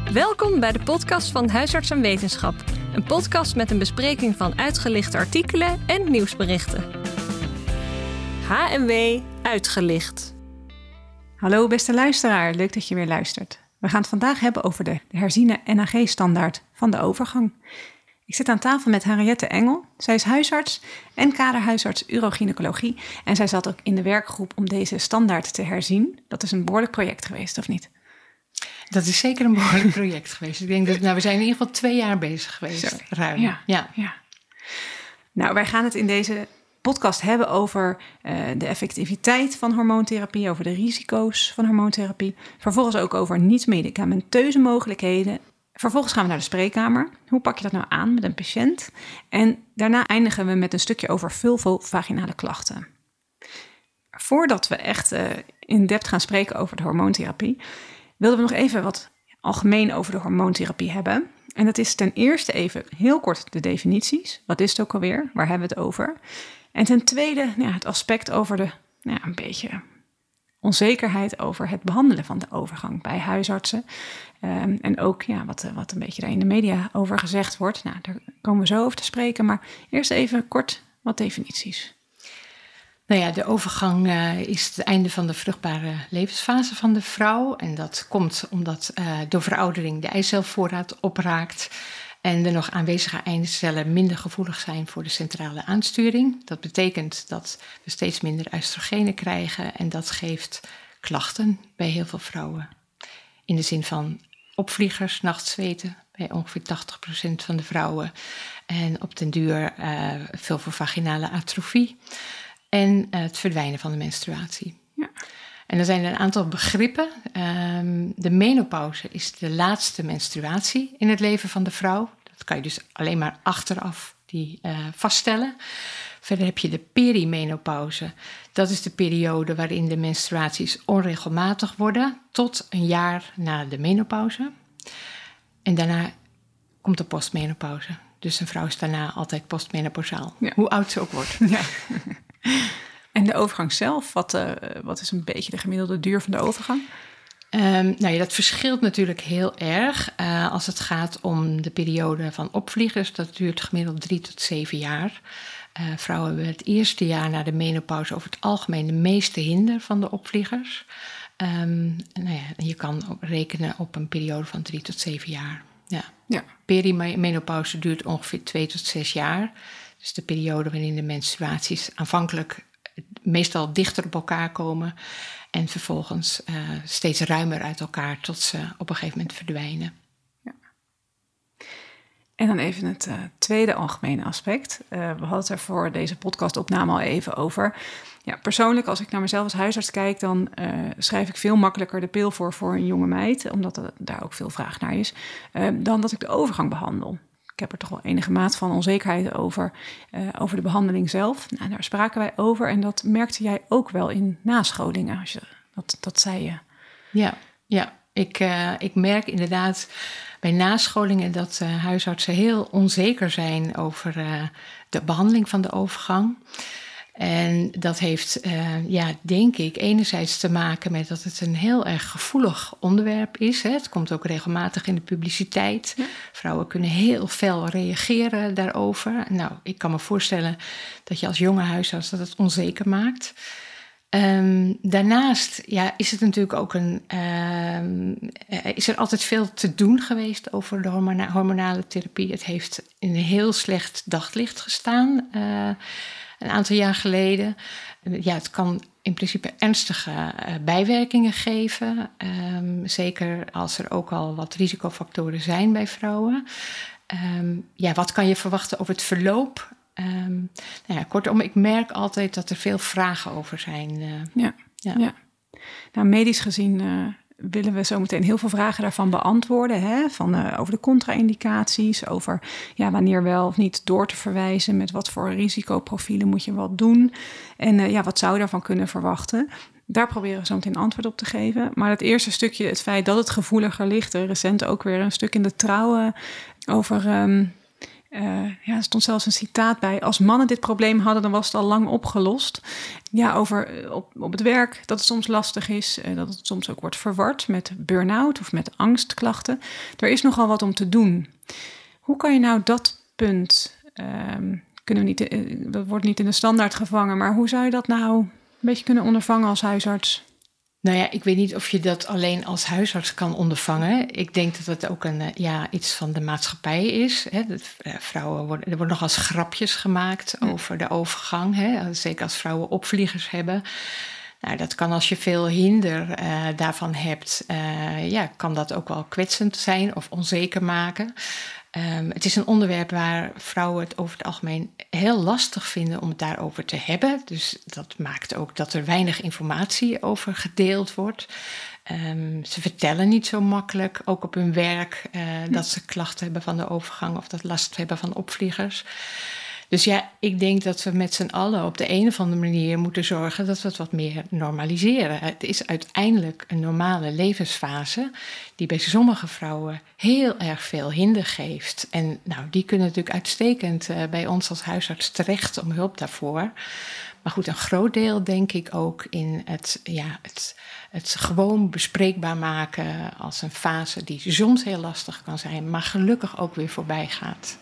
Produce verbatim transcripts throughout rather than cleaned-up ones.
Welkom bij de podcast van Huisarts en Wetenschap. Een podcast met een bespreking van uitgelichte artikelen en nieuwsberichten. H M W Uitgelicht. Hallo beste luisteraar, leuk dat je weer luistert. We gaan het vandaag hebben over de herziene N A G-standaard van de overgang. Ik zit aan tafel met Henriette Engel. Zij is huisarts en kaderhuisarts urogynecologie. En zij zat ook in de werkgroep om deze standaard te herzien. Dat is een behoorlijk project geweest, of niet? Dat is zeker een behoorlijk project geweest. Ik denk dat nou, we zijn in ieder geval twee jaar bezig geweest. Zo. Ruim. Ja, ja. ja. Nou, wij gaan het in deze podcast hebben over uh, de effectiviteit van hormoontherapie, over de risico's van hormoontherapie. Vervolgens ook over niet-medicamenteuze mogelijkheden. Vervolgens gaan we naar de spreekkamer. Hoe pak je dat nou aan met een patiënt? En daarna eindigen we met een stukje over vulvovaginale klachten. Voordat we echt uh, in depth gaan spreken over de hormoontherapie, wilden we nog even wat algemeen over de hormoontherapie hebben. En dat is ten eerste even heel kort de definities. Wat is het ook alweer? Waar hebben we het over? En ten tweede nou ja, het aspect over de nou ja, een beetje onzekerheid over het behandelen van de overgang bij huisartsen. Um, en ook ja, wat, wat een beetje daar in de media over gezegd wordt. Nou, daar komen we zo over te spreken. Maar eerst even kort wat definities. Nou ja, de overgang uh, is het einde van de vruchtbare levensfase van de vrouw. En dat komt omdat uh, door veroudering de eicelvoorraad opraakt en de nog aanwezige eicellen minder gevoelig zijn voor de centrale aansturing. Dat betekent dat we steeds minder oestrogenen krijgen en dat geeft klachten bij heel veel vrouwen. In de zin van opvliegers, nachtzweten bij ongeveer tachtig procent van de vrouwen. En op den duur uh, vulvovaginale atrofie. En uh, het verdwijnen van de menstruatie. Ja. En er zijn een aantal begrippen. Um, de menopauze is de laatste menstruatie in het leven van de vrouw. Dat kan je dus alleen maar achteraf die, uh, vaststellen. Verder heb je de perimenopauze. Dat is de periode waarin de menstruaties onregelmatig worden tot een jaar na de menopauze. En daarna komt de postmenopauze. Dus een vrouw is daarna altijd postmenopausaal. Ja. Hoe oud ze ook wordt. Ja. En de overgang zelf, wat, uh, wat is een beetje de gemiddelde duur van de overgang? Um, nou ja, dat verschilt natuurlijk heel erg. Uh, als het gaat om de periode van opvliegers, dat duurt gemiddeld drie tot zeven jaar. Uh, vrouwen hebben het eerste jaar na de menopauze over het algemeen de meeste hinder van de opvliegers. Um, nou ja, je kan rekenen op een periode van drie tot zeven jaar. Ja. Ja. Perimenopauze duurt ongeveer twee tot zes jaar. Dus de periode waarin de menstruaties aanvankelijk meestal dichter op elkaar komen en vervolgens uh, steeds ruimer uit elkaar tot ze op een gegeven moment verdwijnen. Ja. En dan even het uh, tweede algemene aspect. Uh, we hadden het er voor deze podcastopname al even over. Ja, persoonlijk, als ik naar mezelf als huisarts kijk, dan uh, schrijf ik veel makkelijker de pil voor voor een jonge meid, omdat er daar ook veel vraag naar is, uh, dan dat ik de overgang behandel. Ik heb er toch wel enige maat van onzekerheid over, uh, over de behandeling zelf. Nou, daar spraken wij over en dat merkte jij ook wel in nascholingen. Als je, dat, dat zei je. Ja, ja. Ik, uh, ik merk inderdaad bij nascholingen dat uh, huisartsen heel onzeker zijn over uh, de behandeling van de overgang. En dat heeft, uh, ja, denk ik, enerzijds te maken met dat het een heel erg gevoelig onderwerp is. Hè. Het komt ook regelmatig in de publiciteit. Ja. Vrouwen kunnen heel fel reageren daarover. Nou, ik kan me voorstellen dat je als jonge huisarts dat het onzeker maakt. Um, daarnaast ja, is het natuurlijk ook een. Uh, is er altijd veel te doen geweest over de hormona- hormonale therapie. Het heeft in een heel slecht daglicht gestaan. Uh, Een aantal jaar geleden. Ja, het kan in principe ernstige uh, bijwerkingen geven. Um, zeker als er ook al wat risicofactoren zijn bij vrouwen. Um, ja, wat kan je verwachten over het verloop? Um, nou ja, kortom, ik merk altijd dat er veel vragen over zijn. Uh, ja, ja. ja. Nou, medisch gezien uh, willen we zo meteen heel veel vragen daarvan beantwoorden. Hè? Van, uh, over de contra-indicaties, over ja, wanneer wel of niet door te verwijzen, met wat voor risicoprofielen moet je wat doen. En uh, ja, wat zou je daarvan kunnen verwachten? Daar proberen we zo meteen antwoord op te geven. Maar het eerste stukje, het feit dat het gevoeliger ligt, recent ook weer een stuk in de Trouw over um, Uh, ja, er stond zelfs een citaat bij. Als mannen dit probleem hadden, dan was het al lang opgelost. Ja, over uh, op, op het werk dat het soms lastig is. Uh, dat het soms ook wordt verward met burn-out of met angstklachten. Er is nogal wat om te doen. Hoe kan je nou dat punt... Uh, kunnen we niet, uh, dat wordt niet in de standaard gevangen. Maar hoe zou je dat nou een beetje kunnen ondervangen als huisarts? Nou ja, ik weet niet of je dat alleen als huisarts kan ondervangen. Ik denk dat het ook een, ja, iets van de maatschappij is. Hè. Dat, uh, vrouwen worden, er worden nog als grapjes gemaakt hm. over de overgang. Hè. Zeker als vrouwen opvliegers hebben. Nou, dat kan als je veel hinder uh, daarvan hebt, uh, ja, kan dat ook wel kwetsend zijn of onzeker maken. Um, het is een onderwerp waar vrouwen het over het algemeen heel lastig vinden om het daarover te hebben. Dus dat maakt ook dat er weinig informatie over gedeeld wordt. Um, ze vertellen niet zo makkelijk, ook op hun werk, uh, hm. dat ze klachten hebben van de overgang of dat last hebben van opvliegers. Dus ja, ik denk dat we met z'n allen op de een of andere manier moeten zorgen dat we het wat meer normaliseren. Het is uiteindelijk een normale levensfase die bij sommige vrouwen heel erg veel hinder geeft. En nou, die kunnen natuurlijk uitstekend uh, bij ons als huisarts terecht om hulp daarvoor. Maar goed, een groot deel denk ik ook in het, ja, het, het gewoon bespreekbaar maken als een fase die soms heel lastig kan zijn, maar gelukkig ook weer voorbij gaat.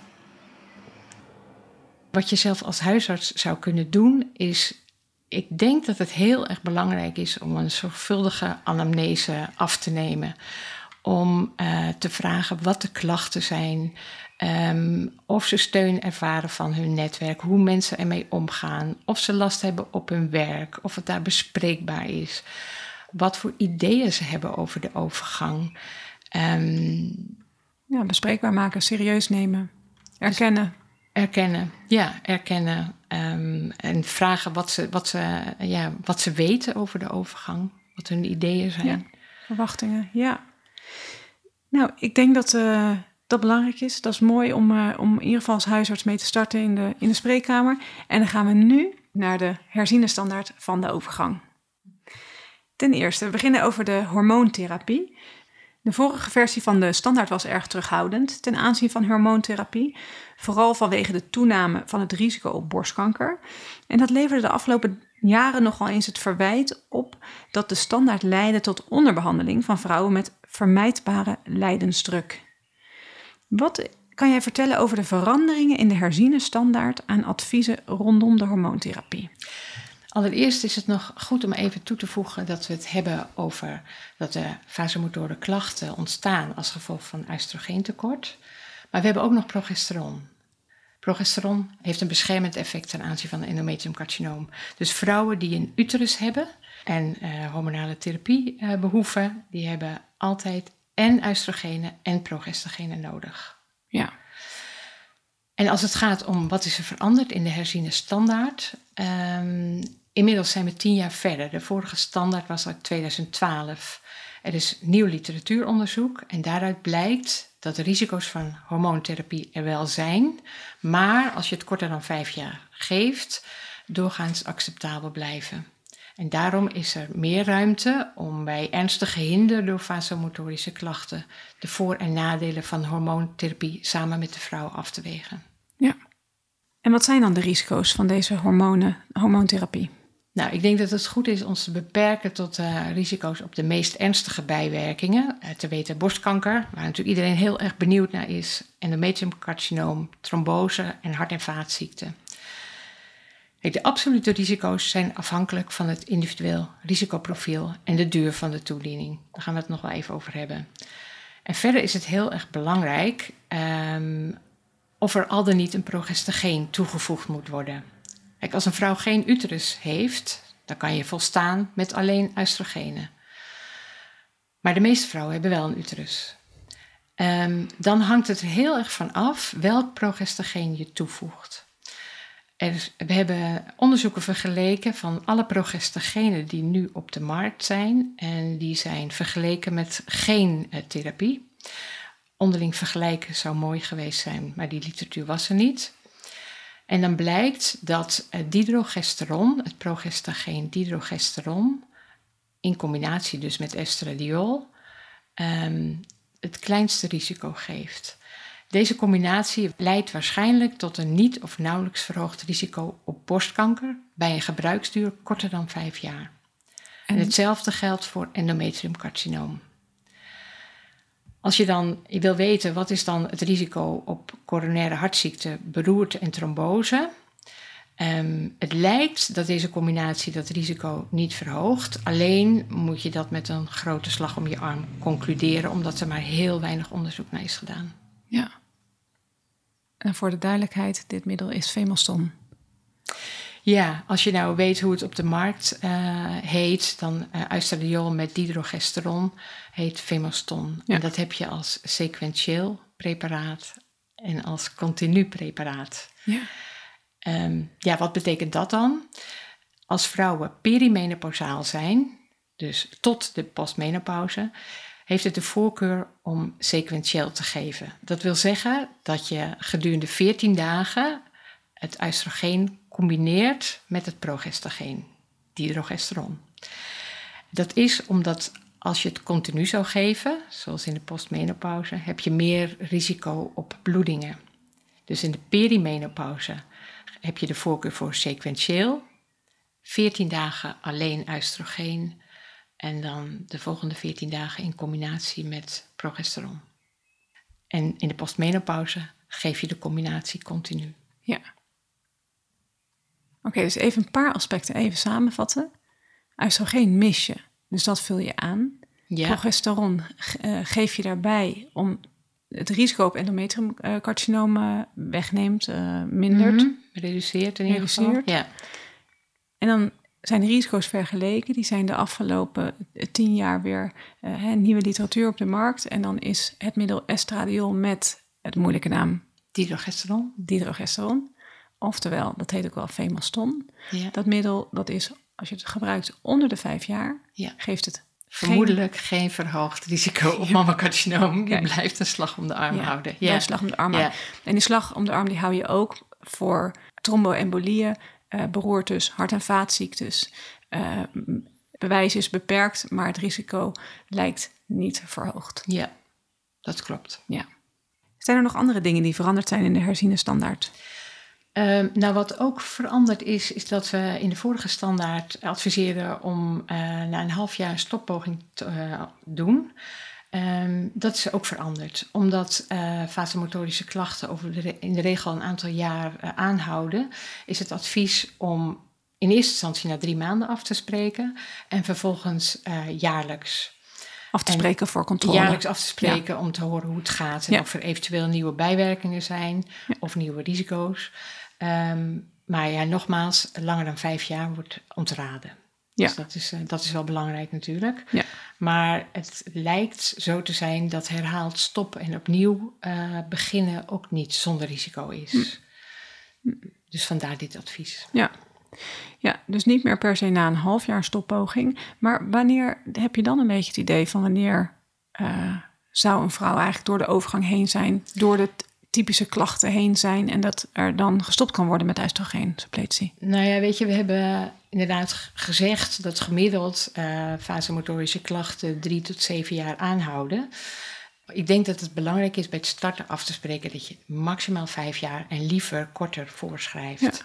Wat je zelf als huisarts zou kunnen doen is, ik denk dat het heel erg belangrijk is om een zorgvuldige anamnese af te nemen. Om uh, te vragen wat de klachten zijn, um, of ze steun ervaren van hun netwerk, hoe mensen ermee omgaan, of ze last hebben op hun werk, of het daar bespreekbaar is. Wat voor ideeën ze hebben over de overgang. Um, ja, bespreekbaar maken, serieus nemen, erkennen. Erkennen, ja, erkennen. Um, en vragen wat ze, wat, ze, ja, wat ze weten over de overgang. Wat hun ideeën zijn. Ja, verwachtingen, ja. Nou, ik denk dat uh, dat belangrijk is. Dat is mooi om, uh, om in ieder geval als huisarts mee te starten in de, in de spreekkamer. En dan gaan we nu naar de herziene standaard van de overgang. Ten eerste, we beginnen over de hormoontherapie. De vorige versie van de standaard was erg terughoudend ten aanzien van hormoontherapie. Vooral vanwege de toename van het risico op borstkanker. En dat leverde de afgelopen jaren nogal eens het verwijt op dat de standaard leidde tot onderbehandeling van vrouwen met vermijdbare lijdensdruk. Wat kan jij vertellen over de veranderingen in de herziene standaard aan adviezen rondom de hormoontherapie? Allereerst is het nog goed om even toe te voegen dat we het hebben over dat de vasomotoren klachten ontstaan als gevolg van oestrogeentekort. Maar we hebben ook nog progesteron. Progesteron heeft een beschermend effect ten aanzien van een endometriumcarcinoom. Dus vrouwen die een uterus hebben en uh, hormonale therapie uh, behoeven, die hebben altijd en oestrogenen en progestogenen nodig. Ja. En als het gaat om wat is er veranderd in de herziene standaard, um, inmiddels zijn we tien jaar verder. De vorige standaard was uit tweeduizend twaalf. Er is nieuw literatuuronderzoek en daaruit blijkt dat de risico's van hormoontherapie er wel zijn, maar als je het korter dan vijf jaar geeft, doorgaans acceptabel blijven. En daarom is er meer ruimte om bij ernstige hinder door vasomotorische klachten de voor- en nadelen van hormoontherapie samen met de vrouw af te wegen. Ja. En wat zijn dan de risico's van deze hormonen, hormoontherapie? Nou, ik denk dat het goed is ons te beperken tot uh, risico's op de meest ernstige bijwerkingen. Uh, te weten borstkanker, waar natuurlijk iedereen heel erg benieuwd naar is, endometriumcarcinoom, trombose en hart- en vaatziekten. Kijk, de absolute risico's zijn afhankelijk van het individueel risicoprofiel en de duur van de toediening. Daar gaan we het nog wel even over hebben. En verder is het heel erg belangrijk um, of er al dan niet een progestogeen toegevoegd moet worden. Kijk, als een vrouw geen uterus heeft, dan kan je volstaan met alleen oestrogenen. Maar de meeste vrouwen hebben wel een uterus. Um, dan hangt het er heel erg van af welk progestogeen je toevoegt. Er, we hebben onderzoeken vergeleken van alle progestogenen die nu op de markt zijn. En die zijn vergeleken met geen uh, therapie. Onderling vergelijken zou mooi geweest zijn, maar die literatuur was er niet. En dan blijkt dat het dihydrogesteron, het progestogeen dihydrogesteron, in combinatie dus met estradiol, um, het kleinste risico geeft. Deze combinatie leidt waarschijnlijk tot een niet of nauwelijks verhoogd risico op borstkanker bij een gebruiksduur korter dan vijf jaar. En, en hetzelfde geldt voor endometriumcarcinoom. Als je dan je wil weten wat is dan het risico op coronaire hartziekte, beroerte en trombose. Um, het lijkt dat deze combinatie dat risico niet verhoogt. Alleen moet je dat met een grote slag om je arm concluderen, omdat er maar heel weinig onderzoek naar is gedaan. Ja. En voor de duidelijkheid, dit middel is Femaston. Ja, als je nou weet hoe het op de markt uh, heet, dan uh, oestradiol met dihydrogesteron heet Femaston. Ja. En dat heb je als sequentieel preparaat en als continu preparaat. Ja. Um, ja, wat betekent dat dan? Als vrouwen perimenopausaal zijn, dus tot de postmenopauze, heeft het de voorkeur om sequentieel te geven. Dat wil zeggen dat je gedurende veertien dagen het oestrogeen combineert met het progestageen, dihydrogesteron. Dat is omdat als je het continu zou geven, zoals in de postmenopauze, heb je meer risico op bloedingen. Dus in de perimenopauze heb je de voorkeur voor sequentieel, veertien dagen alleen oestrogeen en dan de volgende veertien dagen in combinatie met progesteron. En in de postmenopauze geef je de combinatie continu. Ja. Oké, okay, dus even een paar aspecten even samenvatten. Oestrogeen mis je, dus dat vul je aan. Ja. Progesteron uh, geef je daarbij om het risico op endometriumcarcinoom uh, wegneemt, uh, mindert. Mm-hmm. Reduceert in ieder geval. Ja. En dan zijn de risico's vergeleken. Die zijn de afgelopen tien jaar weer uh, hè, nieuwe literatuur op de markt. En dan is het middel estradiol met het moeilijke naam dihydrogesteron. Dihydrogesteron. Oftewel, dat heet ook wel Femaston. Ja. Dat middel, dat is, als je het gebruikt onder de vijf jaar, ja. geeft het vermoedelijk geen, geen verhoogd risico op ja. mammacarcinoom. Je ja. blijft een slag om de arm ja. houden. Ja, een slag om de arm ja. houden. En die slag om de arm die hou je ook voor tromboembolieën, uh, beroertes, hart- en vaatziektes. Uh, bewijs is beperkt, maar het risico lijkt niet verhoogd. Ja, dat klopt. Ja. Zijn er nog andere dingen die veranderd zijn in de herziene-standaard? Uh, nou, wat ook veranderd is, is dat we in de vorige standaard adviseren om uh, na een half jaar stoppoging te uh, doen. Um, dat is ook veranderd, omdat uh, vasomotorische klachten over de re- in de regel een aantal jaar uh, aanhouden, is het advies om in eerste instantie na drie maanden af te spreken en vervolgens uh, jaarlijks af te spreken en voor controle. Jaarlijks af te spreken ja. om te horen hoe het gaat en ja. of er eventueel nieuwe bijwerkingen zijn ja. of nieuwe risico's. Um, maar ja, nogmaals, langer dan vijf jaar wordt ontraden. Ja. Dus dat is, uh, dat is wel belangrijk natuurlijk. Ja. Maar het lijkt zo te zijn dat herhaald stoppen en opnieuw uh, beginnen ook niet zonder risico is. Mm. Dus vandaar dit advies. Ja. Ja, dus niet meer per se na een half jaar stoppoging. Maar wanneer heb je dan een beetje het idee van wanneer uh, zou een vrouw eigenlijk door de overgang heen zijn, door de t- typische klachten heen zijn en dat er dan gestopt kan worden met oestrogeensuppletie? Nou ja, weet je, we hebben inderdaad gezegd dat gemiddeld uh, vasomotorische klachten drie tot zeven jaar aanhouden. Ik denk dat het belangrijk is bij het starten af te spreken dat je maximaal vijf jaar en liever korter voorschrijft. Ja.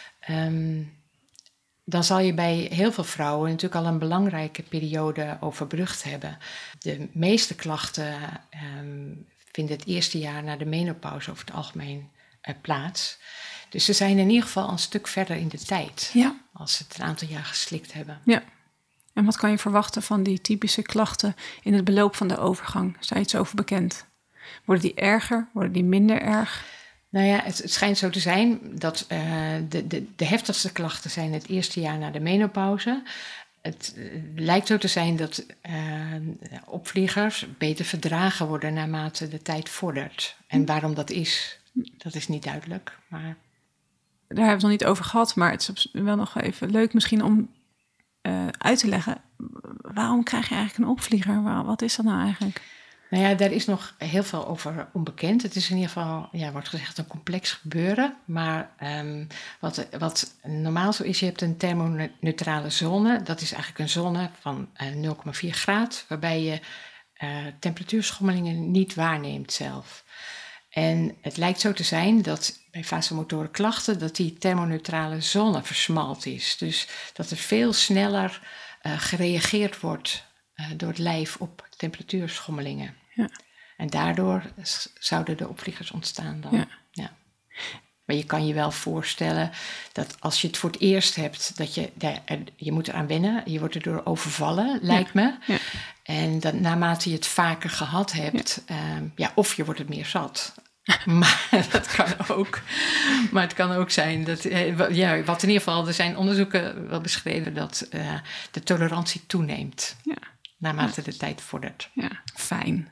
Um, dan zal je bij heel veel vrouwen natuurlijk al een belangrijke periode overbrugd hebben. De meeste klachten um, vinden het eerste jaar na de menopauze over het algemeen uh, plaats. Dus ze zijn in ieder geval een stuk verder in de tijd ja. als ze het een aantal jaar geslikt hebben. Ja. En wat kan je verwachten van die typische klachten in het beloop van de overgang? Is daar iets over bekend? Worden die erger? Worden die minder erg? Nou ja, het, het schijnt zo te zijn dat uh, de, de, de heftigste klachten zijn het eerste jaar na de menopauze. Het uh, lijkt zo te zijn dat uh, opvliegers beter verdragen worden naarmate de tijd vordert. En waarom dat is, dat is niet duidelijk. Maar daar hebben we het nog niet over gehad, maar het is wel nog even leuk misschien om uh, uit te leggen. Waarom krijg je eigenlijk een opvlieger? Wat is dat nou eigenlijk? Nou ja, daar is nog heel veel over onbekend. Het is in ieder geval, ja, wordt gezegd, een complex gebeuren. Maar um, wat, wat normaal zo is, je hebt een thermoneutrale zone. Dat is eigenlijk een zone van uh, nul komma vier graden, waarbij je uh, temperatuurschommelingen niet waarneemt zelf. En het lijkt zo te zijn dat bij vasomotoren klachten dat die thermoneutrale zone versmalt is. Dus dat er veel sneller uh, gereageerd wordt uh, door het lijf op temperatuurschommelingen. Ja. En daardoor zouden de opvliegers ontstaan dan. Ja. Ja. Maar je kan je wel voorstellen dat als je het voor het eerst hebt, dat je, je moet eraan wennen. Je wordt erdoor overvallen, lijkt ja. me. Ja. En dat, naarmate je het vaker gehad hebt, ja. Uh, ja, of je wordt het meer zat. Maar dat kan ook. Maar het kan ook zijn dat, ja, wat in ieder geval, er zijn onderzoeken wel beschreven dat uh, de tolerantie toeneemt. Ja. Naarmate ja. de tijd vordert. Ja, fijn.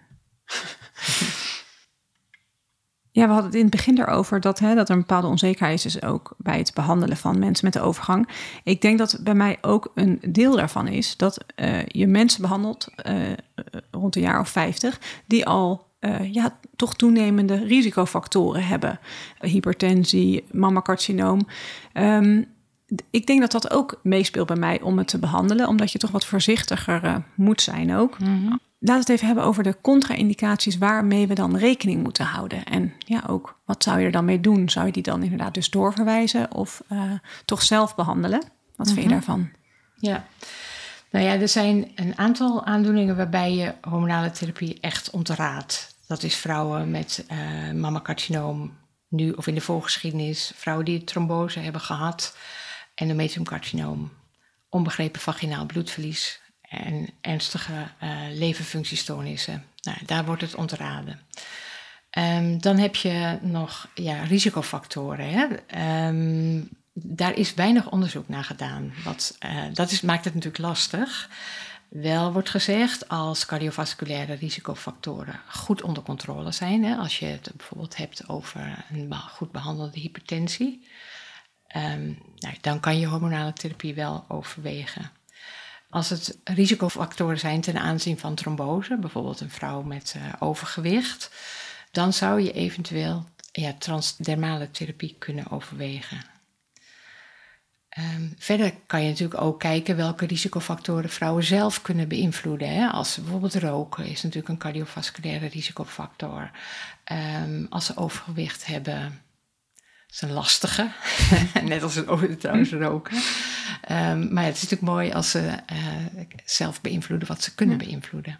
Ja, we hadden het in het begin erover dat, hè, dat er een bepaalde onzekerheid is ook bij het behandelen van mensen met de overgang. Ik denk dat bij mij ook een deel daarvan is dat uh, je mensen behandelt uh, rond een jaar of vijftig die al uh, ja, toch toenemende risicofactoren hebben. Hypertensie, mammacarcinoom. Um, ik denk dat dat ook meespeelt bij mij om het te behandelen, omdat je toch wat voorzichtiger uh, moet zijn ook. Mm-hmm. Laten we het even hebben over de contra-indicaties waarmee we dan rekening moeten houden. En ja, ook wat zou je er dan mee doen? Zou je die dan inderdaad dus doorverwijzen of uh, toch zelf behandelen? Wat mm-hmm. vind je daarvan? Ja, nou ja, er zijn een aantal aandoeningen waarbij je hormonale therapie echt ontraadt. Dat is vrouwen met uh, mammacarcinoom, nu of in de voorgeschiedenis. Vrouwen die trombose hebben gehad, endometriumcarcinoom, onbegrepen vaginaal bloedverlies en ernstige uh, leverfunctiestoornissen. Nou, daar wordt het ontraden. Um, dan heb je nog ja, risicofactoren. Hè? Um, daar is weinig onderzoek naar gedaan. Wat, uh, dat is, maakt het natuurlijk lastig. Wel wordt gezegd als cardiovasculaire risicofactoren goed onder controle zijn. Hè? Als je het bijvoorbeeld hebt over een goed behandelde hypertensie. Um, nou, dan kan je hormonale therapie wel overwegen. Als het risicofactoren zijn ten aanzien van trombose, bijvoorbeeld een vrouw met uh, overgewicht, dan zou je eventueel ja, transdermale therapie kunnen overwegen. Um, verder kan je natuurlijk ook kijken welke risicofactoren vrouwen zelf kunnen beïnvloeden. Hè? Als ze bijvoorbeeld roken is natuurlijk een cardiovasculaire risicofactor. Um, als ze overgewicht hebben, is een lastige, net als het trouwens roken. Um, maar ja, het is natuurlijk mooi als ze uh, zelf beïnvloeden wat ze kunnen ja. beïnvloeden.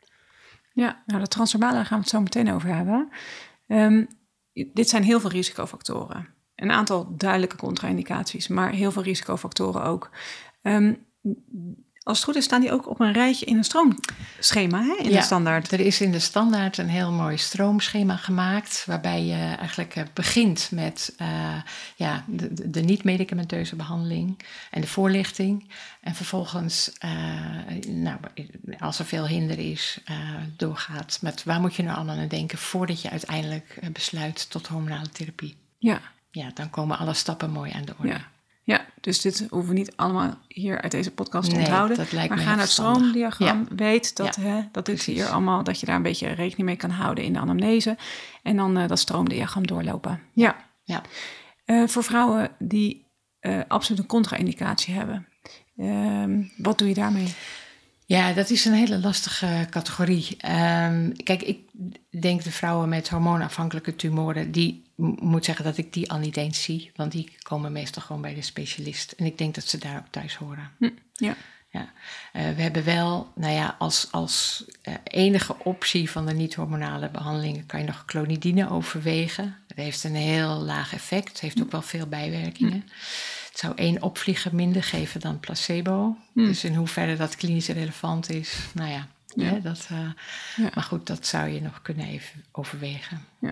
Ja, nou de transdermale, daar gaan we het zo meteen over hebben. Um, dit zijn heel veel risicofactoren. Een aantal duidelijke contra-indicaties, maar heel veel risicofactoren ook. Um, als het goed is, staan die ook op een rijtje in een stroomschema, hè, in ja, de standaard. Er is in de standaard een heel mooi stroomschema gemaakt, waarbij je eigenlijk begint met uh, ja, de, de niet-medicamenteuze behandeling en de voorlichting. En vervolgens, uh, nou, als er veel hinder is, uh, doorgaat met waar moet je nou allemaal aan denken voordat je uiteindelijk uh, besluit tot hormonale therapie. Ja. Ja, dan komen alle stappen mooi aan de orde. Ja. Ja, dus dit hoeven we niet allemaal hier uit deze podcast te nee, onthouden. Dat lijkt maar me ga naar het stroomdiagram, ja. weet dat, ja, hè, dat dit hier allemaal, dat je daar een beetje rekening mee kan houden in de anamnese. En dan uh, dat stroomdiagram doorlopen. Ja. ja. Uh, voor vrouwen die uh, absoluut een contra-indicatie hebben, uh, wat doe je daarmee? Ja, dat is een hele lastige categorie. Um, kijk, ik denk de vrouwen met hormoonafhankelijke tumoren, die moet zeggen dat ik die al niet eens zie, want die komen meestal gewoon bij de specialist. En ik denk dat ze daar ook thuis horen. Hm, ja. Ja. Uh, we hebben wel, nou ja, als, als uh, enige optie van de niet-hormonale behandelingen kan je nog clonidine overwegen. Dat heeft een heel laag effect, het heeft ook wel veel bijwerkingen. Hm. Het zou één opvlieger minder geven dan placebo. Hm. Dus in hoeverre dat klinisch relevant is, nou ja. ja. Hè, dat, uh, ja. Maar goed, dat zou je nog kunnen even overwegen. Ja.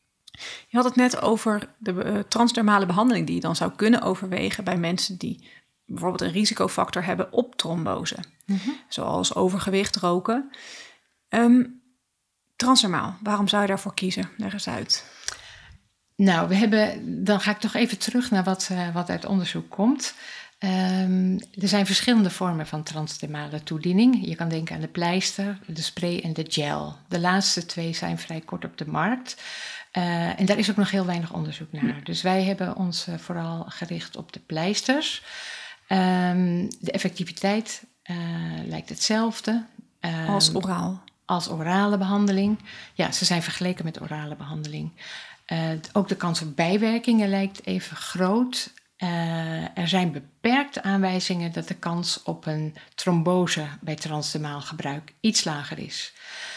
Je had het net over de uh, transdermale behandeling die je dan zou kunnen overwegen bij mensen die bijvoorbeeld een risicofactor hebben op trombose. Mm-hmm. Zoals overgewicht, roken. Um, transdermaal, waarom zou je daarvoor kiezen? Leg eens uit. Nou, we hebben, dan ga ik toch even terug naar wat, uh, wat uit onderzoek komt. Um, er zijn verschillende vormen van transdermale toediening. Je kan denken aan de pleister, de spray en de gel. De laatste twee zijn vrij kort op de markt. Uh, en daar is ook nog heel weinig onderzoek naar. Ja. Dus wij hebben ons uh, vooral gericht op de pleisters. Um, de effectiviteit uh, lijkt hetzelfde. Um, als oraal? als orale behandeling. Ja, ze zijn vergeleken met orale behandeling. Uh, ook de kans op bijwerkingen lijkt even groot. Uh, er zijn beperkte aanwijzingen dat de kans op een trombose bij transdermaal gebruik iets lager is.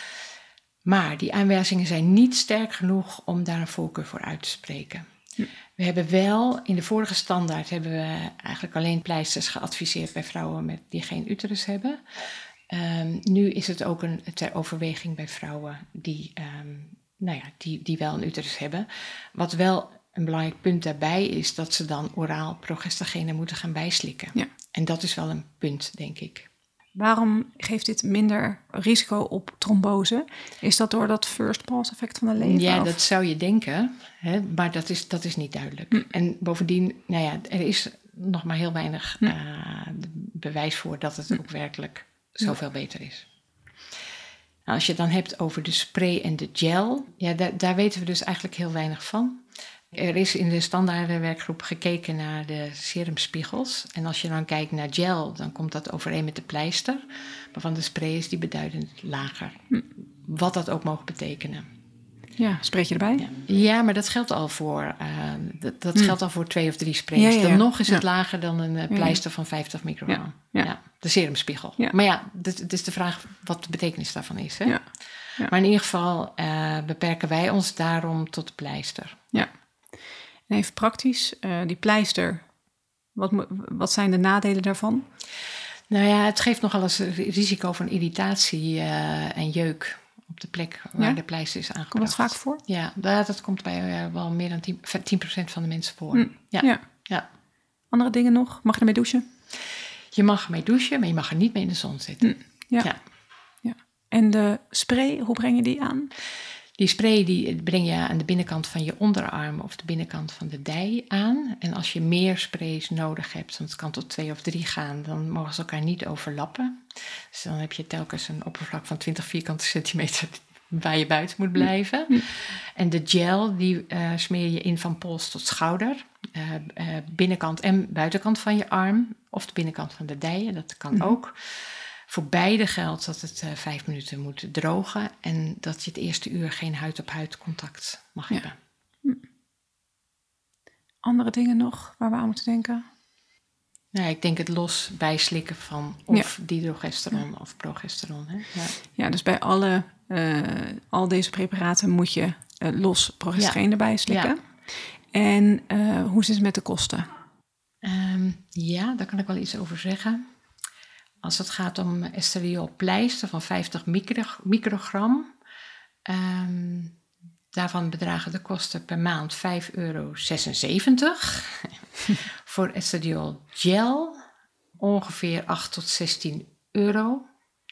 Maar die aanwijzingen zijn niet sterk genoeg om daar een voorkeur voor uit te spreken. Hm. We hebben wel, in de vorige standaard hebben we eigenlijk alleen pleisters geadviseerd bij vrouwen met, die geen uterus hebben. Um, nu is het ook een, ter overweging bij vrouwen die, um, nou ja, die, die wel een uterus hebben. Wat wel een belangrijk punt daarbij is dat ze dan oraal progestagene moeten gaan bijslikken. Ja. En dat is wel een punt, denk ik. Waarom geeft dit minder risico op trombose? Is dat door dat first pass effect van de lever? Ja, of? dat zou je denken, hè, maar dat is, dat is niet duidelijk. Hm. En bovendien, nou ja, er is nog maar heel weinig hm. uh, bewijs voor dat het hm. ook werkelijk zoveel beter is. Nou, als je het dan hebt over de spray en de gel, ja, daar, daar weten we dus eigenlijk heel weinig van. Er is in de standaardenwerkgroep gekeken naar de serumspiegels. En als je dan kijkt naar gel, dan komt dat overeen met de pleister. Maar van de spray is die beduidend lager. Hm. Wat dat ook mogen betekenen. Ja, spreek je erbij? Ja, ja maar dat geldt al voor, uh, dat, dat hm. geldt al voor twee of drie sprays. Ja, ja, ja. Dan nog is het ja. lager dan een uh, pleister van vijftig microgram. Ja, ja. Ja, de serumspiegel. Ja. Maar ja, het is de vraag wat de betekenis daarvan is. Hè? Ja. Ja. Maar in ieder geval uh, beperken wij ons daarom tot de pleister. Ja. En even praktisch, uh, die pleister, wat, wat zijn de nadelen daarvan? Nou ja, het geeft nogal eens risico van irritatie uh, en jeuk op de plek waar ja? de pleister is aangebracht. Komt dat vaak voor? Ja, dat, dat komt bij uh, wel meer dan tien procent van de mensen voor. Hm. Ja. Ja. Ja. Andere dingen nog? Mag je ermee douchen? Je mag ermee douchen, maar je mag er niet mee in de zon zitten. Hm. Ja. Ja. Ja. En de spray, hoe breng je die aan? Die spray die breng je aan de binnenkant van je onderarm of de binnenkant van de dij aan. En als je meer sprays nodig hebt, want het kan tot twee of drie gaan, dan mogen ze elkaar niet overlappen. Dus dan heb je telkens een oppervlak van twintig vierkante centimeter waar je buiten moet blijven. Mm. En de gel, die uh, smeer je in van pols tot schouder. Uh, uh, binnenkant en buitenkant van je arm of de binnenkant van de dijen, dat kan mm. ook. Voor beide geldt dat het uh, vijf minuten moet drogen en dat je het eerste uur geen huid-op-huid contact mag ja. hebben. Hm. Andere dingen nog waar we aan moeten denken? Nou, ik denk het los bijslikken van of ja. dihydrogesteron ja. of progesteron. Hè? Ja. ja, dus bij alle, uh, al deze preparaten moet je uh, los progesteron ja. erbij slikken. Ja. En uh, hoe zit het met de kosten? Um, ja, daar kan ik wel iets over zeggen. Als het gaat om estradiol pleister van vijftig microgram, um, daarvan bedragen de kosten per maand vijf euro zesenzeventig. Voor estradiol gel ongeveer acht tot zestien euro.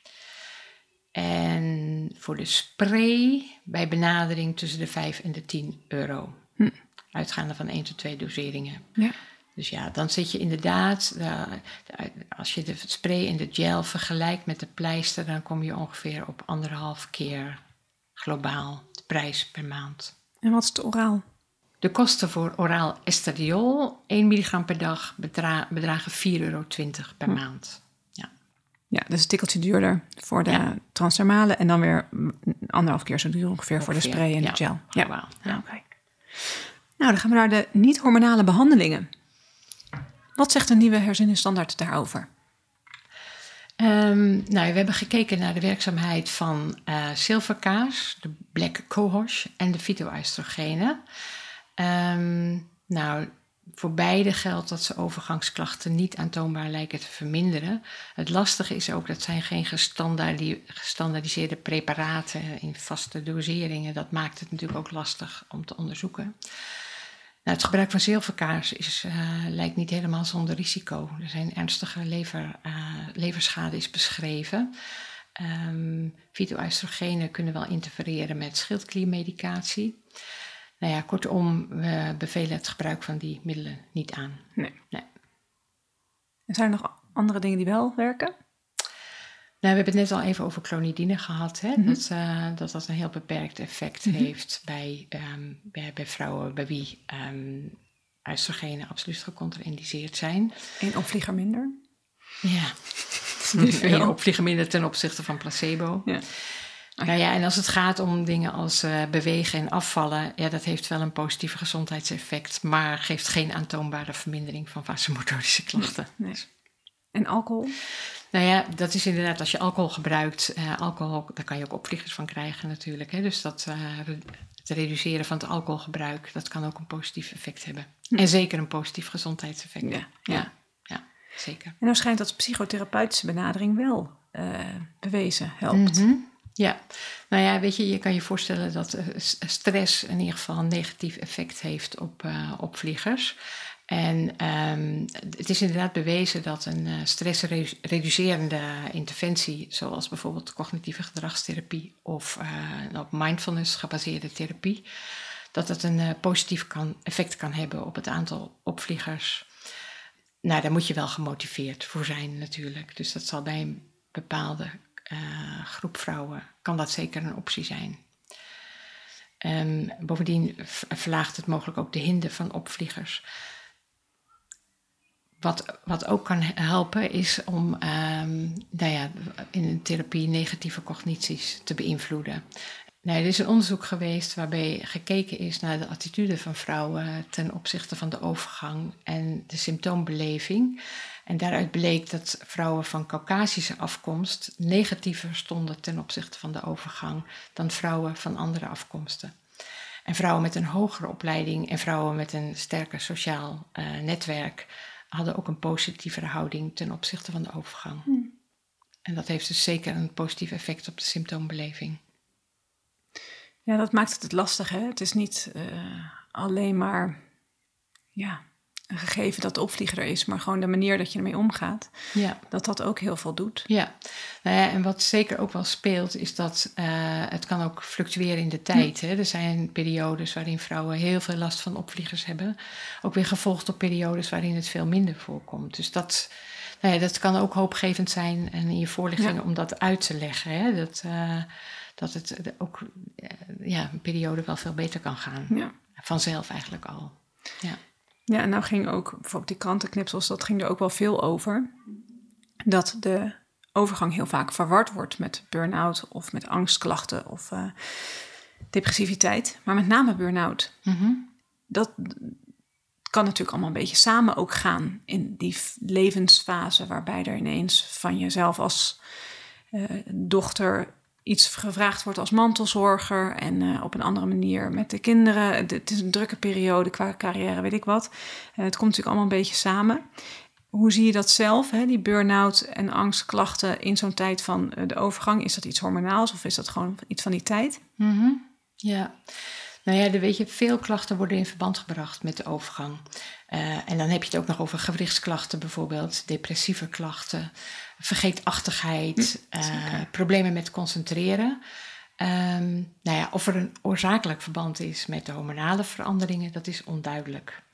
En voor de spray bij benadering tussen de vijf en de tien euro. Hm. Uitgaande van één tot twee doseringen. Ja. Dus ja, dan zit je inderdaad, uh, als je de spray en de gel vergelijkt met de pleister, dan kom je ongeveer op anderhalf keer globaal de prijs per maand. En wat is het oraal? De kosten voor oraal estradiol, één milligram per dag, bedra- bedragen vier euro twintig per hm. maand. Ja. Ja, dus een tikkeltje duurder voor de ja. transdermale en dan weer anderhalf keer zo duur ongeveer, ongeveer voor de spray en ja. de gel. Ja, ja. ja. Okay. Nou, dan gaan we naar de niet-hormonale behandelingen. Wat zegt de nieuwe herzienenstandaard daarover? Um, nou, we hebben gekeken naar de werkzaamheid van uh, zilverkaas, de black cohosh en de fytoëstrogenen. Um, nou, voor beide geldt dat ze overgangsklachten niet aantoonbaar lijken te verminderen. Het lastige is ook dat zijn geen gestandaardi- gestandaardiseerde preparaten in vaste doseringen. Dat maakt het natuurlijk ook lastig om te onderzoeken. Nou, het gebruik van zilverkaas is, uh, lijkt niet helemaal zonder risico. Er zijn ernstige lever, uh, leverschade is beschreven. Um, fytoëstrogenen kunnen wel interfereren met schildkliermedicatie. Nou ja, kortom, we bevelen het gebruik van die middelen niet aan. Nee. nee. En zijn er nog andere dingen die wel werken? Nou, we hebben het net al even over clonidine gehad. Hè? Mm-hmm. Dat, uh, dat dat een heel beperkt effect mm-hmm. heeft bij, um, bij, bij vrouwen bij wie um, oestrogenen absoluut gecontra-indiceerd zijn. En opvlieger minder? Ja, niet veel opvlieger minder ten opzichte van placebo. Ja. ja. Nou ja, en als het gaat om dingen als uh, bewegen en afvallen, ja, dat heeft wel een positieve gezondheidseffect, maar geeft geen aantoonbare vermindering van vasomotorische klachten. Nee. Nee. En alcohol? Nou ja, dat is inderdaad als je alcohol gebruikt. Uh, alcohol, daar kan je ook opvliegers van krijgen natuurlijk. Hè? Dus dat, uh, het reduceren van het alcoholgebruik, dat kan ook een positief effect hebben. Hm. En zeker een positief gezondheidseffect. Ja, ja. ja, ja zeker. En nou schijnt dat psychotherapeutische benadering wel uh, bewezen helpt. Mm-hmm. Ja, nou ja, weet je, je kan je voorstellen dat uh, stress in ieder geval een negatief effect heeft op uh, opvliegers. En um, het is inderdaad bewezen dat een uh, stressreducerende interventie, zoals bijvoorbeeld cognitieve gedragstherapie of uh, op mindfulness gebaseerde therapie, dat dat een uh, positief kan, effect kan hebben op het aantal opvliegers. Nou, daar moet je wel gemotiveerd voor zijn natuurlijk. Dus dat zal bij een bepaalde uh, groep vrouwen, kan dat zeker een optie zijn. Um, bovendien verlaagt het mogelijk ook de hinder van opvliegers. Wat, wat ook kan helpen is om um, nou ja, in een therapie negatieve cognities te beïnvloeden. Nou, er is een onderzoek geweest waarbij gekeken is naar de attitude van vrouwen ten opzichte van de overgang en de symptoombeleving. En daaruit bleek dat vrouwen van Caucasische afkomst negatiever stonden ten opzichte van de overgang dan vrouwen van andere afkomsten. En vrouwen met een hogere opleiding en vrouwen met een sterker sociaal uh, netwerk hadden ook een positievere houding ten opzichte van de overgang. Hmm. En dat heeft dus zeker een positief effect op de symptoombeleving. Ja, dat maakt het lastig, hè? Het is niet uh, alleen maar ja, een gegeven dat de opvlieger er is, maar gewoon de manier dat je ermee omgaat. Ja. Dat dat ook heel veel doet. Ja, nou ja, en wat zeker ook wel speelt, is dat uh, het kan ook fluctueren in de tijd. Hm. Hè? Er zijn periodes waarin vrouwen heel veel last van opvliegers hebben. Ook weer gevolgd op periodes waarin het veel minder voorkomt. Dus dat, nou ja, dat kan ook hoopgevend zijn en in je voorlichting ja. om dat uit te leggen. Hè? Dat, uh, dat het ook uh, ja, een periode wel veel beter kan gaan. Ja. Vanzelf eigenlijk al. Ja. Ja, en nou ging ook, bijvoorbeeld die krantenknipsels, dat ging er ook wel veel over. Dat de overgang heel vaak verward wordt met burn-out of met angstklachten of uh, depressiviteit. Maar met name burn-out. Mm-hmm. Dat kan natuurlijk allemaal een beetje samen ook gaan in die levensfase waarbij er ineens van jezelf als uh, dochter iets gevraagd wordt als mantelzorger en uh, op een andere manier met de kinderen. Het is een drukke periode qua carrière, weet ik wat. Uh, het komt natuurlijk allemaal een beetje samen. Hoe zie je dat zelf, hè? Die burn-out en angstklachten in zo'n tijd van uh, de overgang? Is dat iets hormonaals of is dat gewoon iets van die tijd? Mm-hmm. Ja, nou ja, weet je, veel klachten worden in verband gebracht met de overgang. Uh, en dan heb je het ook nog over gewrichtsklachten bijvoorbeeld, depressieve klachten, vergeetachtigheid, hm, uh, problemen met concentreren. Um, nou ja, of er een oorzakelijk verband is met de hormonale veranderingen, dat is onduidelijk.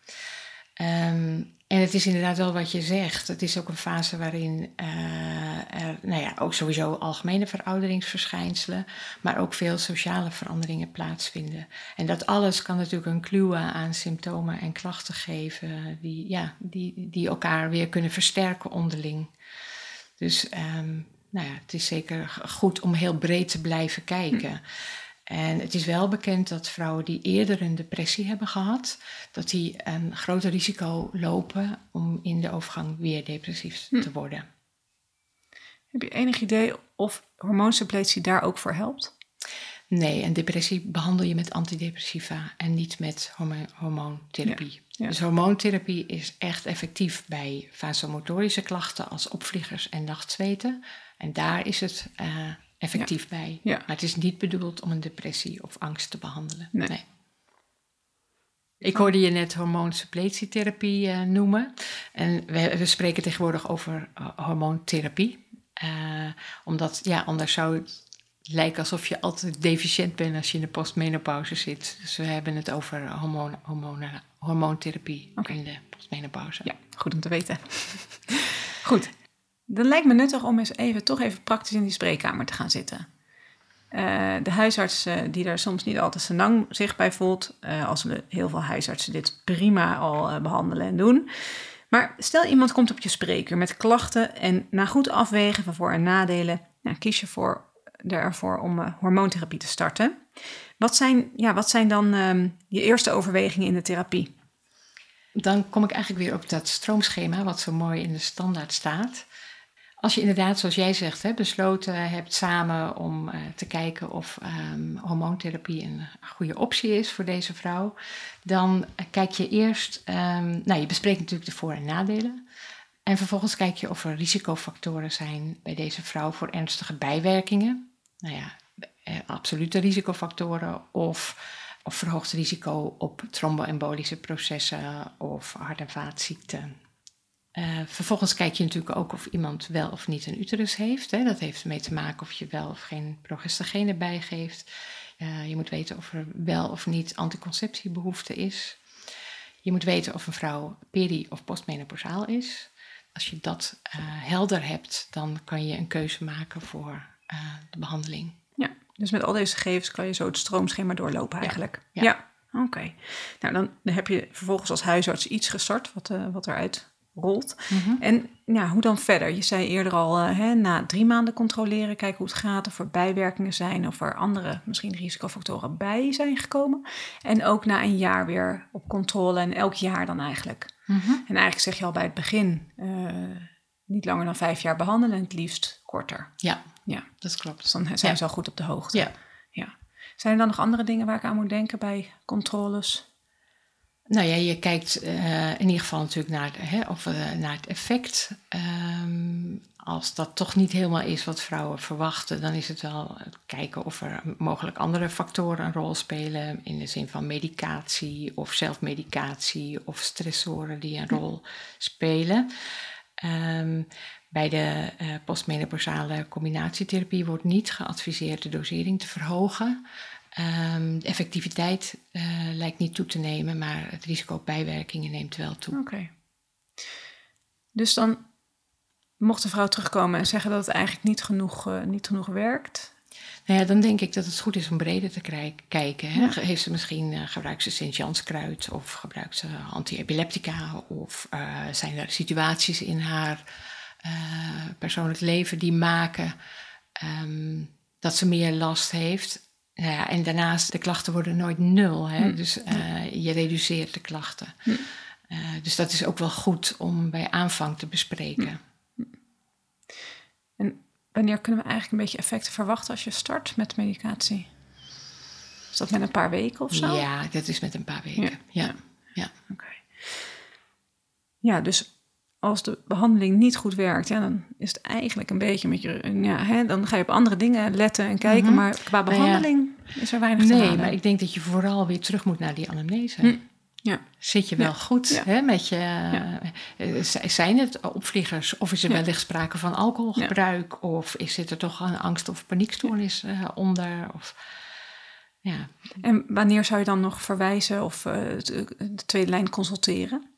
Um, en het is inderdaad wel wat je zegt. Het is ook een fase waarin uh, er, nou ja, ook sowieso algemene verouderingsverschijnselen, maar ook veel sociale veranderingen plaatsvinden. En dat alles kan natuurlijk een kluwe aan symptomen en klachten geven die, ja, die, die elkaar weer kunnen versterken onderling. Dus um, nou ja, het is zeker goed om heel breed te blijven kijken. Hm. En het is wel bekend dat vrouwen die eerder een depressie hebben gehad, dat die een groter risico lopen om in de overgang weer depressief hm. te worden. Heb je enig idee of hormoonsuppletie daar ook voor helpt? Nee, een depressie behandel je met antidepressiva en niet met hormo- hormoontherapie. Ja, ja. Dus hormoontherapie is echt effectief bij vasomotorische klachten als opvliegers en nachtzweten. En daar is het uh, effectief ja. bij. Ja. Maar het is niet bedoeld om een depressie of angst te behandelen. Nee. nee. Ik hoorde je net hormoonsuppletieterapie uh, noemen. En we, we spreken tegenwoordig over uh, hormoontherapie. Uh, omdat, ja, anders zou het lijkt alsof je altijd deficiënt bent als je in de postmenopauze zit. Dus we hebben het over hormoon, hormoon, hormoontherapie okay. in de postmenopauze. Ja, goed om te weten. Goed, dan lijkt me nuttig om eens even, toch even praktisch in die spreekkamer te gaan zitten. Uh, de huisarts uh, die daar soms niet altijd zijn lang zich bij voelt. Uh, als we heel veel huisartsen dit prima al uh, behandelen en doen. Maar stel iemand komt op je spreekuur met klachten en na goed afwegen van voor- en nadelen, nou, kies je voor ervoor om uh, hormoontherapie te starten. Wat zijn, ja, wat zijn dan um, je eerste overwegingen in de therapie? Dan kom ik eigenlijk weer op dat stroomschema wat zo mooi in de standaard staat. Als je inderdaad, zoals jij zegt, hè, besloten hebt samen om uh, te kijken of um, hormoontherapie een goede optie is voor deze vrouw, dan uh, kijk je eerst, um, nou je bespreekt natuurlijk de voor- en nadelen. En vervolgens kijk je of er risicofactoren zijn bij deze vrouw voor ernstige bijwerkingen. Nou ja, uh, absolute risicofactoren of, of verhoogd risico op tromboembolische processen of hart- en vaatziekten. Uh, vervolgens kijk je natuurlijk ook of iemand wel of niet een uterus heeft. Hè. Dat heeft ermee te maken of je wel of geen progestagene bijgeeft. Uh, je moet weten of er wel of niet anticonceptiebehoefte is. Je moet weten of een vrouw peri- of postmenopausaal is. Als je dat uh, helder hebt, dan kan je een keuze maken voor uh, de behandeling. Ja, dus met al deze gegevens kan je zo het stroomschema doorlopen eigenlijk. Ja. ja. ja. Oké. Okay. Nou, dan heb je vervolgens als huisarts iets gestart wat, uh, wat eruit rolt. Mm-hmm. En ja, hoe dan verder? Je zei eerder al, uh, hè, na drie maanden controleren, kijken hoe het gaat, of er bijwerkingen zijn, of er andere misschien risicofactoren bij zijn gekomen. En ook na een jaar weer op controle en elk jaar dan eigenlijk. Mm-hmm. En eigenlijk zeg je al bij het begin, uh, niet langer dan vijf jaar behandelen en het liefst korter. Ja, ja. dat klopt. Dus dan zijn ja. ze al goed op de hoogte. Ja. Ja. Zijn er dan nog andere dingen waar ik aan moet denken bij controles? Nou ja, je kijkt uh, in ieder geval natuurlijk naar, hè, of, uh, naar het effect. Um, als dat toch niet helemaal is wat vrouwen verwachten, dan is het wel kijken of er mogelijk andere factoren een rol spelen. In de zin van medicatie of zelfmedicatie of stressoren die een rol spelen. Um, bij de uh, postmenopausale combinatietherapie wordt niet geadviseerd de dosering te verhogen. Um, de effectiviteit uh, lijkt niet toe te nemen, maar het risico op bijwerkingen neemt wel toe. Oké. Okay. Dus dan mocht de vrouw terugkomen en zeggen dat het eigenlijk niet genoeg, uh, niet genoeg werkt? Nou ja, dan denk ik dat het goed is om breder te kri- kijken. Hè? Ja. Heeft ze misschien, uh, gebruikt ze Sint-Janskruid of gebruikt ze anti-epileptica? Of uh, zijn er situaties in haar uh, persoonlijk leven die maken um, dat ze meer last heeft? Nou ja, en daarnaast, de klachten worden nooit nul. Hè? Hm. Dus uh, je reduceert de klachten. Hm. Uh, dus dat is ook wel goed om bij aanvang te bespreken. Hm. En wanneer kunnen we eigenlijk een beetje effecten verwachten als je start met medicatie? Is dat met een paar weken of zo? Ja, dat is met een paar weken. Ja, ja. ja. Oké. Okay. Ja, dus als de behandeling niet goed werkt, ja, dan is het eigenlijk een beetje met je. Ja, hè, dan ga je op andere dingen letten en kijken. Mm-hmm. Maar qua behandeling nou ja, is er weinig te Nee, halen. Maar ik denk dat je vooral weer terug moet naar die anamnese. Hm. Ja. Zit je wel ja. goed ja. hè, met je. Ja. Uh, zijn het opvliegers of is er ja. wellicht sprake van alcoholgebruik? Ja. Of is er toch een angst- of paniekstoornis uh, onder? Of, ja. En wanneer zou je dan nog verwijzen of uh, de tweede lijn consulteren?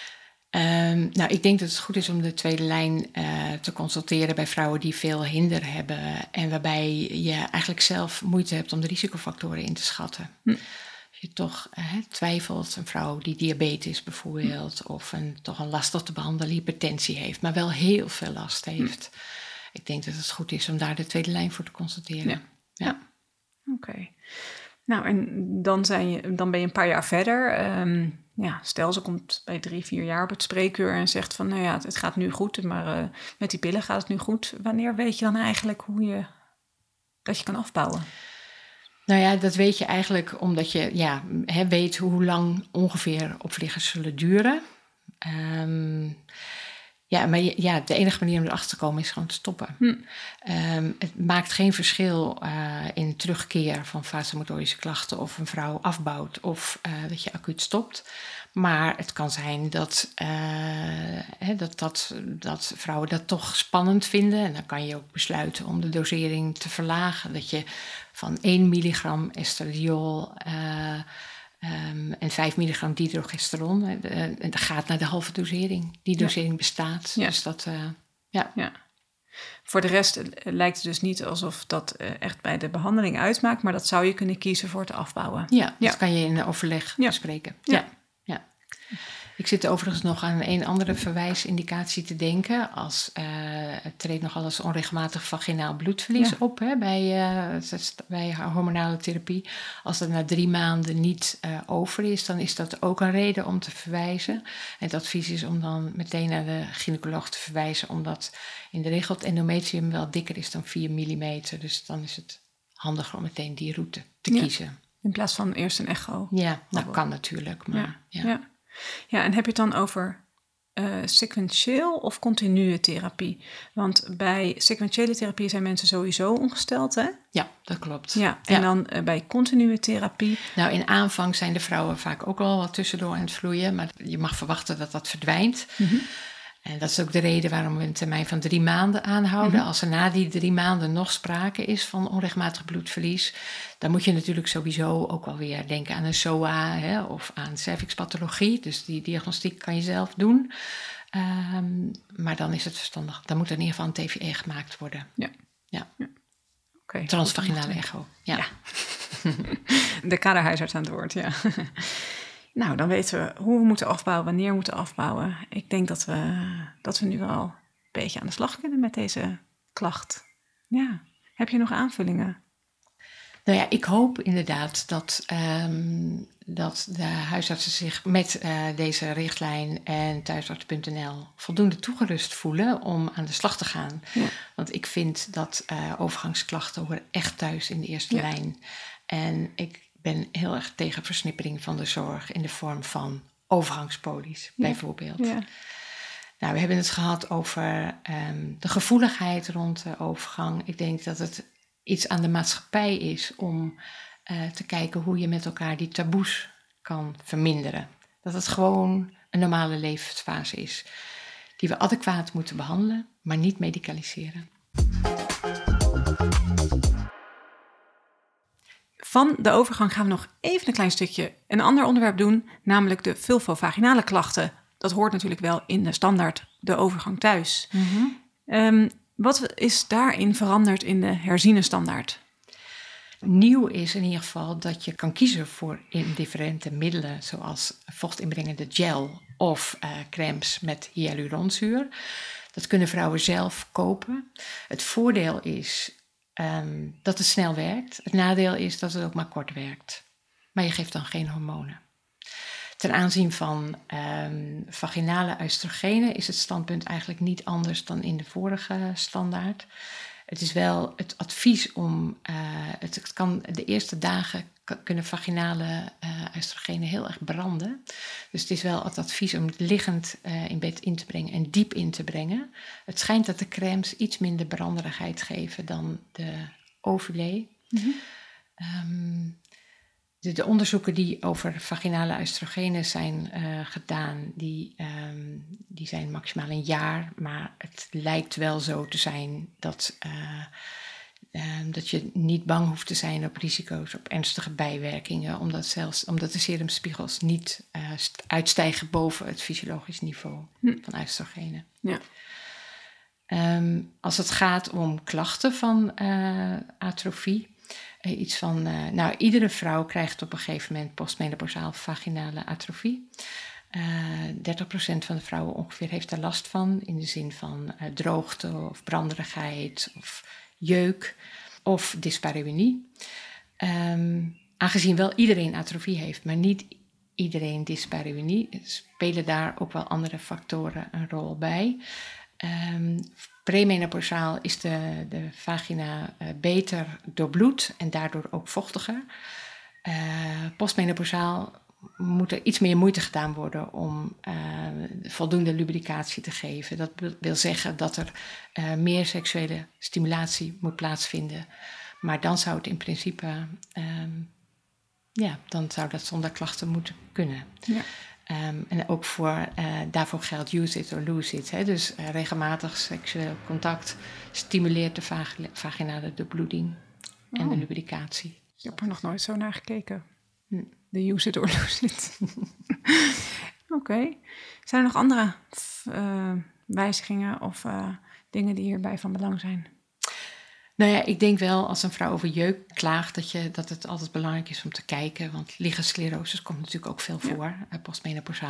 Um, nou, ik denk dat het goed is om de tweede lijn uh, te consulteren bij vrouwen die veel hinder hebben en waarbij je eigenlijk zelf moeite hebt om de risicofactoren in te schatten. Hm. Als je toch uh, twijfelt, een vrouw die diabetes bijvoorbeeld, hm. of een, toch een lastig te behandelen hypertensie heeft, maar wel heel veel last heeft. Hm. Ik denk dat het goed is om daar de tweede lijn voor te consulteren. Ja. ja. ja. Oké. Okay. Nou, en dan, zijn je, dan ben je een paar jaar verder. Um, ja, stel, ze komt bij drie, vier jaar op het spreekuur en zegt van, nou ja, het, het gaat nu goed, maar uh, met die pillen gaat het nu goed. Wanneer weet je dan eigenlijk hoe je dat je kan afbouwen? Nou ja, dat weet je eigenlijk omdat je ja, he, weet hoe lang ongeveer opvliegers zullen duren. Um, ja, maar ja, de enige manier om erachter te komen is gewoon te stoppen. Hm. Um, het maakt geen verschil uh, in terugkeer van vasomotorische klachten of een vrouw afbouwt of uh, dat je acuut stopt. Maar het kan zijn dat, uh, hè, dat, dat, dat vrouwen dat toch spannend vinden. En dan kan je ook besluiten om de dosering te verlagen. Dat je van één milligram estradiol uh, um, en vijf milligram dihydrogesteron uh, uh, gaat naar de halve dosering. Die dosering ja. bestaat. Ja. Dus dat, uh, ja. ja. Voor de rest lijkt het dus niet alsof dat uh, echt bij de behandeling uitmaakt. Maar dat zou je kunnen kiezen voor te afbouwen. Ja, dat ja. kan je in overleg ja. bespreken. Ja. Ja. Ja. Ik zit overigens nog aan een andere verwijsindicatie te denken. Als, uh, het treedt nogal eens onregelmatig vaginaal bloedverlies ja. op hè, bij, uh, bij hormonale therapie. Als dat na drie maanden niet uh, over is, dan is dat ook een reden om te verwijzen. En het advies is om dan meteen naar de gynaecoloog te verwijzen, omdat in de regel het endometrium wel dikker is dan vier millimeter. Dus dan is het handiger om meteen die route te ja. kiezen. In plaats van eerst een echo. Ja, dat nou, kan natuurlijk. Maar, ja. Ja. Ja. ja, en heb je het dan over uh, sequentieel of continue therapie? Want bij sequentiële therapie zijn mensen sowieso ongesteld, hè? Ja, dat klopt. Ja, en ja. dan uh, bij continue therapie? Nou, in aanvang zijn de vrouwen vaak ook al wat tussendoor aan het vloeien, maar je mag verwachten dat dat verdwijnt. Mm-hmm. En dat is ook de reden waarom we een termijn van drie maanden aanhouden. Mm-hmm. Als er na die drie maanden nog sprake is van onregelmatig bloedverlies, dan moet je natuurlijk sowieso ook wel weer denken aan een S O A hè, of aan cervixpathologie. Dus die diagnostiek kan je zelf doen. Um, maar dan is het verstandig. Dan moet er in ieder geval een T V E gemaakt worden. Ja. ja. ja. Okay, Transvaginale echo. Ja. ja. De kaderhuisarts aan het woord, ja. Nou, dan weten we hoe we moeten afbouwen, wanneer we moeten afbouwen. Ik denk dat we, dat we nu wel een beetje aan de slag kunnen met deze klacht. Ja. Heb je nog aanvullingen? Nou ja, ik hoop inderdaad dat, um, dat de huisartsen zich met uh, deze richtlijn en thuisarts punt n l voldoende toegerust voelen om aan de slag te gaan. Ja. Want ik vind dat uh, overgangsklachten horen echt thuis in de eerste ja. lijn. En ik ben heel erg tegen versnippering van de zorg in de vorm van overgangspolies, ja. bijvoorbeeld. Ja. Nou, we hebben het gehad over um, de gevoeligheid rond de overgang. Ik denk dat het iets aan de maatschappij is om uh, te kijken hoe je met elkaar die taboes kan verminderen. Dat het gewoon een normale levensfase is, die we adequaat moeten behandelen, maar niet medicaliseren. Van de overgang gaan we nog even een klein stukje een ander onderwerp doen, namelijk de vulvovaginale klachten. Dat hoort natuurlijk wel in de standaard, de overgang thuis. Mm-hmm. Um, wat is daarin veranderd in de herziene standaard? Nieuw is in ieder geval dat je kan kiezen voor indifferente middelen, zoals vochtinbrengende gel of uh, crèmes met hyaluronzuur. Dat kunnen vrouwen zelf kopen. Het voordeel is um, dat het snel werkt. Het nadeel is dat het ook maar kort werkt. Maar je geeft dan geen hormonen. Ten aanzien van um, vaginale oestrogenen is het standpunt eigenlijk niet anders dan in de vorige standaard. Het is wel het advies om, uh, het, het kan de eerste dagen k- kunnen vaginale uh, oestrogenen heel erg branden. Dus het is wel het advies om het liggend uh, in bed in te brengen en diep in te brengen. Het schijnt dat de crèmes iets minder branderigheid geven dan de ovulé. Mm-hmm. Um, De, de onderzoeken die over vaginale oestrogenen zijn uh, gedaan, die, um, die zijn maximaal een jaar. Maar het lijkt wel zo te zijn dat, uh, um, dat je niet bang hoeft te zijn op risico's, op ernstige bijwerkingen. Omdat, zelfs, omdat de serumspiegels niet uh, uitstijgen boven het fysiologisch niveau hm. van oestrogenen. Ja. Um, als het gaat om klachten van uh, atrofie. Uh, iets van, uh, nou, iedere vrouw krijgt op een gegeven moment postmenopausaal vaginale atrofie. Uh, dertig procent van de vrouwen ongeveer heeft daar last van, in de zin van uh, droogte of branderigheid of jeuk of dyspareunie. Um, aangezien wel iedereen atrofie heeft, maar niet iedereen dyspareunie, spelen daar ook wel andere factoren een rol bij. Um, Premenopausaal is de, de vagina uh, beter doorbloed en daardoor ook vochtiger. Uh, postmenopausaal moet er iets meer moeite gedaan worden om uh, voldoende lubricatie te geven. Dat wil zeggen dat er uh, meer seksuele stimulatie moet plaatsvinden. Maar dan zou het in principe, um, ja, dan zou dat zonder klachten moeten kunnen. Ja. Um, en ook voor, uh, daarvoor geldt use it or lose it. Hè? Dus uh, regelmatig seksueel contact stimuleert de vag- vaginale doorbloeding oh. en de lubricatie. Ik heb er nog nooit zo naar gekeken. Hm. De use it or lose it. Oké. Okay. Zijn er nog andere uh, wijzigingen of uh, dingen die hierbij van belang zijn? Nou ja, ik denk wel als een vrouw over jeuk klaagt dat, je, dat het altijd belangrijk is om te kijken. Want lichensclerose komt natuurlijk ook veel voor, ja. uh, postmenopausaal.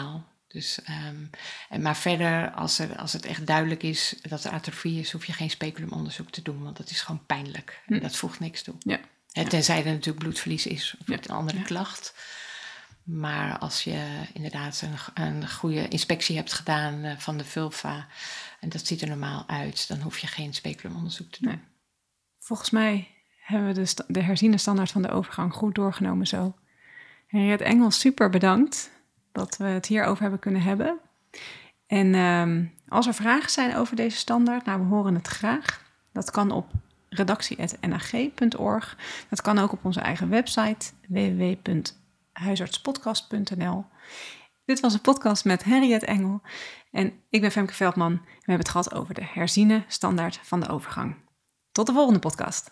Dus, um, en maar verder, als, er, als het echt duidelijk is dat er atrofie is, hoef je geen speculum-onderzoek te doen, want dat is gewoon pijnlijk. Hm. En dat voegt niks toe. Ja. En tenzij er natuurlijk bloedverlies is of ja. een andere ja. klacht. Maar als je inderdaad een, een goede inspectie hebt gedaan uh, van de vulva en dat ziet er normaal uit, dan hoef je geen speculum-onderzoek te doen. Nee. Volgens mij hebben we de, st- de herziene standaard van de overgang goed doorgenomen zo. Henriette Engel, super bedankt dat we het hierover hebben kunnen hebben. En um, als er vragen zijn over deze standaard, nou, we horen het graag. Dat kan op redactie punt n a g punt org. Dat kan ook op onze eigen website w w w punt huisartspodcast punt n l. Dit was een podcast met Henriette Engel. En ik ben Femke Veldman. En we hebben het gehad over de herziene standaard van de overgang. Tot de volgende podcast.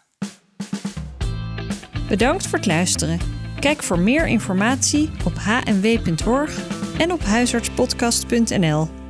Bedankt voor het luisteren. Kijk voor meer informatie op h m w punt org en op huisartspodcast punt n l.